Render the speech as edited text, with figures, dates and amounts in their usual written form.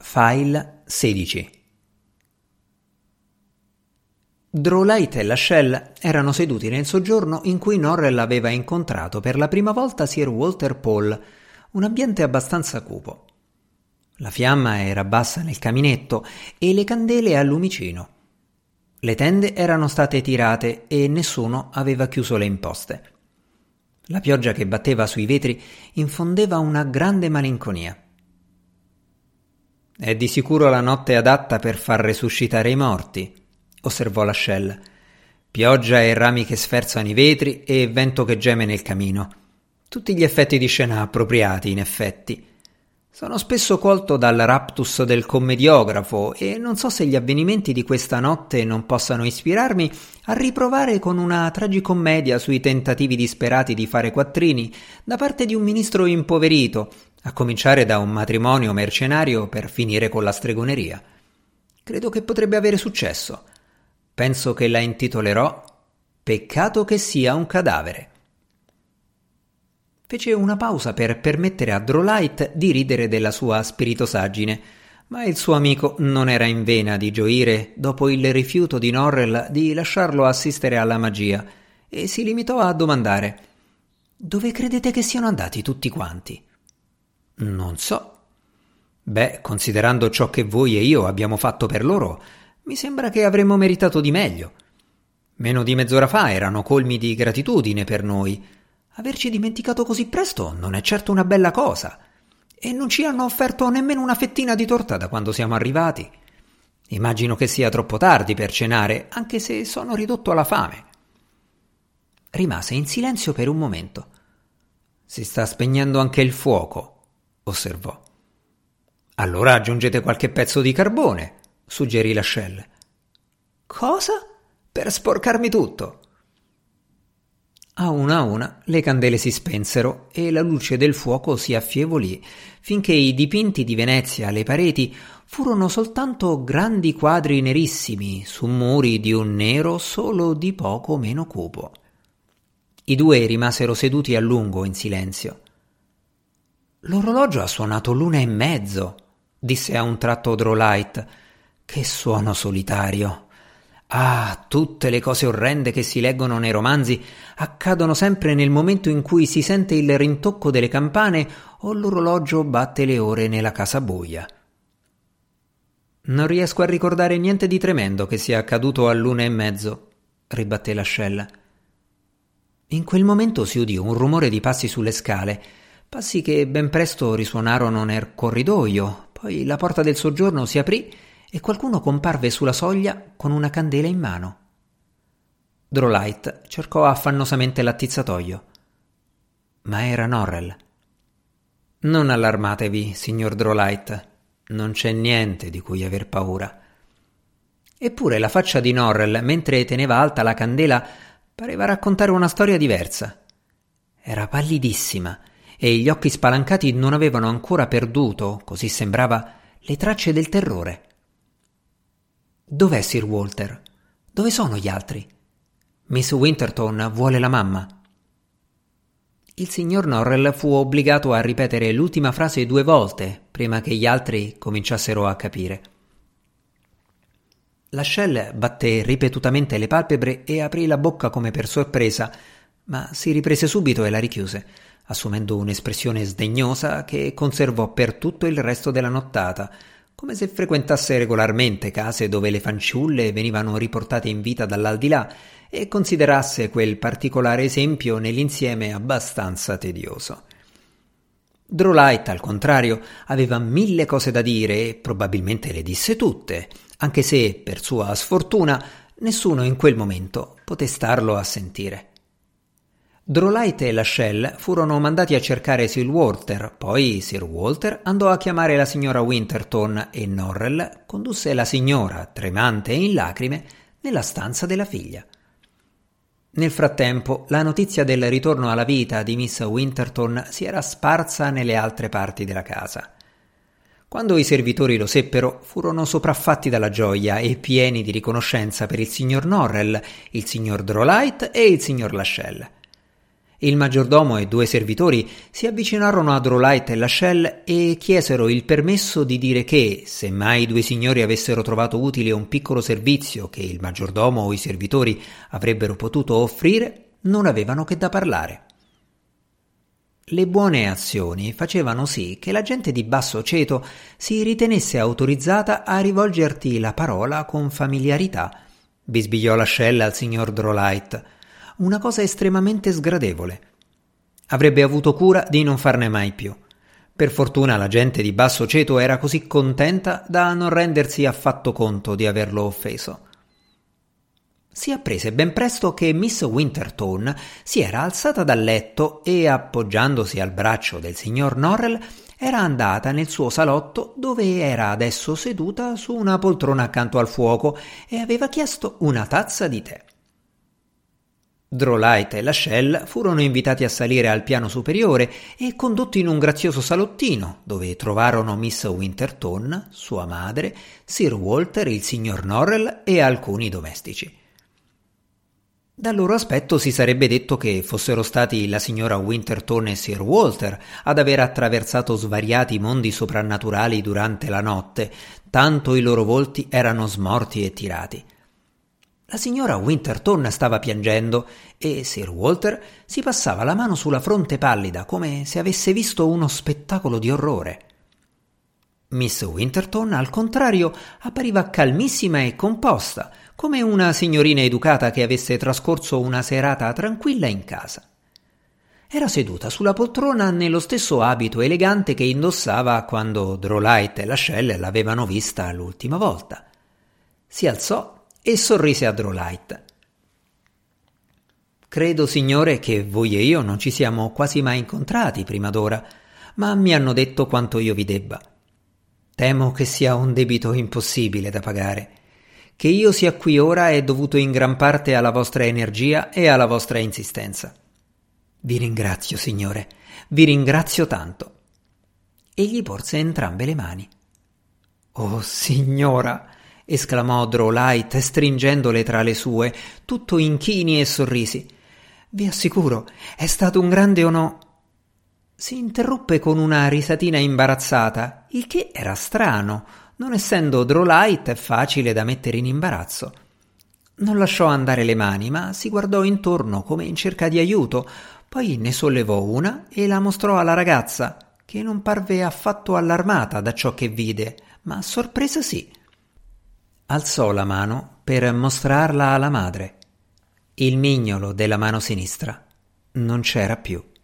File 16. Drolight e Lascelles erano seduti nel soggiorno in cui Norrell aveva incontrato per la prima volta Sir Walter Paul, un ambiente abbastanza cupo. La fiamma era bassa nel caminetto e le candele al lumicino. Le tende erano state tirate e nessuno aveva chiuso le imposte. La pioggia che batteva sui vetri infondeva una grande malinconia. «È di sicuro la notte adatta per far resuscitare i morti», osservò Lascelles. «Pioggia e rami che sferzano i vetri e vento che geme nel camino. Tutti gli effetti di scena appropriati, in effetti. Sono spesso colto dal raptus del commediografo e non so se gli avvenimenti di questa notte non possano ispirarmi a riprovare con una tragicommedia sui tentativi disperati di fare quattrini da parte di un ministro impoverito, a cominciare da un matrimonio mercenario per finire con la stregoneria. Credo che potrebbe avere successo. Penso che la intitolerò Peccato che sia un cadavere». Fece una pausa per permettere a Drolight di ridere della sua spiritosaggine, ma il suo amico non era in vena di gioire dopo il rifiuto di Norrell di lasciarlo assistere alla magia e si limitò a domandare: «Dove credete che siano andati tutti quanti?» «Non so». «Beh, considerando ciò che voi e io abbiamo fatto per loro, mi sembra che avremmo meritato di meglio. Meno di mezz'ora fa erano colmi di gratitudine per noi. Averci dimenticato così presto non è certo una bella cosa. E non ci hanno offerto nemmeno una fettina di torta da quando siamo arrivati. Immagino che sia troppo tardi per cenare, anche se sono ridotto alla fame». Rimase in silenzio per un momento. «Si sta spegnendo anche il fuoco», osservò. «Allora aggiungete qualche pezzo di carbone», suggerì Lascelles. «Cosa? Per sporcarmi tutto?» A una le candele si spensero e la luce del fuoco si affievolì, finché i dipinti di Venezia alle pareti furono soltanto grandi quadri nerissimi su muri di un nero solo di poco meno cupo. I due rimasero seduti a lungo in silenzio. «L'orologio ha suonato 1:30, disse a un tratto Drolight. «Che suono solitario! Ah, tutte le cose orrende che si leggono nei romanzi accadono sempre nel momento in cui si sente il rintocco delle campane o l'orologio batte le ore nella casa buia». «Non riesco a ricordare niente di tremendo che sia accaduto all'1:30, ribatté Lascelles. In quel momento si udì un rumore di passi sulle scale, passi che ben presto risuonarono nel corridoio, poi la porta del soggiorno si aprì e qualcuno comparve sulla soglia con una candela in mano. Drolight cercò affannosamente l'attizzatoio, ma era Norrell. «Non allarmatevi, signor Drolight, non c'è niente di cui aver paura». Eppure la faccia di Norrell, mentre teneva alta la candela, pareva raccontare una storia diversa. Era pallidissima e gli occhi spalancati non avevano ancora perduto, così sembrava, le tracce del terrore. «Dov'è Sir Walter? Dove sono gli altri? Miss Winterton vuole la mamma». Il signor Norrell fu obbligato a ripetere l'ultima frase 2 volte prima che gli altri cominciassero a capire. Lascelles batté ripetutamente le palpebre e aprì la bocca come per sorpresa, ma si riprese subito e la richiuse, assumendo un'espressione sdegnosa che conservò per tutto il resto della nottata, come se frequentasse regolarmente case dove le fanciulle venivano riportate in vita dall'aldilà e considerasse quel particolare esempio nell'insieme abbastanza tedioso. Drolight, al contrario, aveva 1000 cose da dire e probabilmente le disse tutte, anche se, per sua sfortuna, nessuno in quel momento poté starlo a sentire. Drolight e Lascelles furono mandati a cercare Sir Walter, poi Sir Walter andò a chiamare la signora Winterton e Norrell condusse la signora, tremante e in lacrime, nella stanza della figlia. Nel frattempo, la notizia del ritorno alla vita di Miss Winterton si era sparsa nelle altre parti della casa. Quando i servitori lo seppero, furono sopraffatti dalla gioia e pieni di riconoscenza per il signor Norrell, il signor Drolight e il signor Lascelles. Il maggiordomo e 2 servitori si avvicinarono a Drolight e Lascelles e chiesero il permesso di dire che, se mai i 2 signori avessero trovato utile un piccolo servizio che il maggiordomo o i servitori avrebbero potuto offrire, non avevano che da parlare. Le buone azioni facevano sì che la gente di basso ceto si ritenesse autorizzata a rivolgerti la parola con familiarità, bisbigliò Lascelles al signor Drolight. Una cosa estremamente sgradevole. Avrebbe avuto cura di non farne mai più. Per fortuna la gente di basso ceto era così contenta da non rendersi affatto conto di averlo offeso. Si apprese ben presto che Miss Winterton si era alzata dal letto e, appoggiandosi al braccio del signor Norrell, era andata nel suo salotto dove era adesso seduta su una poltrona accanto al fuoco e aveva chiesto una tazza di tè. Drolight e Lascelles furono invitati a salire al piano superiore e condotti in un grazioso salottino, dove trovarono Miss Winterton, sua madre, Sir Walter, il signor Norrell e alcuni domestici. Dal loro aspetto si sarebbe detto che fossero stati la signora Winterton e Sir Walter ad aver attraversato svariati mondi soprannaturali durante la notte, tanto i loro volti erano smorti e tirati. La signora Winterton stava piangendo e Sir Walter si passava la mano sulla fronte pallida come se avesse visto uno spettacolo di orrore. Miss Winterton, al contrario, appariva calmissima e composta, come una signorina educata che avesse trascorso una serata tranquilla in casa. Era seduta sulla poltrona nello stesso abito elegante che indossava quando Drolight e Lascelles l'avevano vista l'ultima volta. Si alzò e sorrise a Drolight. «Credo, signore, che voi e io non ci siamo quasi mai incontrati prima d'ora, ma mi hanno detto quanto io vi debba. Temo che sia un debito impossibile da pagare. Che io sia qui ora è dovuto in gran parte alla vostra energia e alla vostra insistenza. Vi ringrazio, signore, vi ringrazio tanto». E gli porse entrambe le mani. «Oh, signora!» esclamò Drolight stringendole tra le sue, tutto inchini e sorrisi. «Vi assicuro, è stato un grande Si interruppe con una risatina imbarazzata, il che era strano, non essendo Drolight facile da mettere in imbarazzo. Non lasciò andare le mani, ma si guardò intorno come in cerca di aiuto, poi ne sollevò una e la mostrò alla ragazza, che non parve affatto allarmata da ciò che vide, ma sorpresa sì. Alzò la mano per mostrarla alla madre. Il mignolo della mano sinistra non c'era più.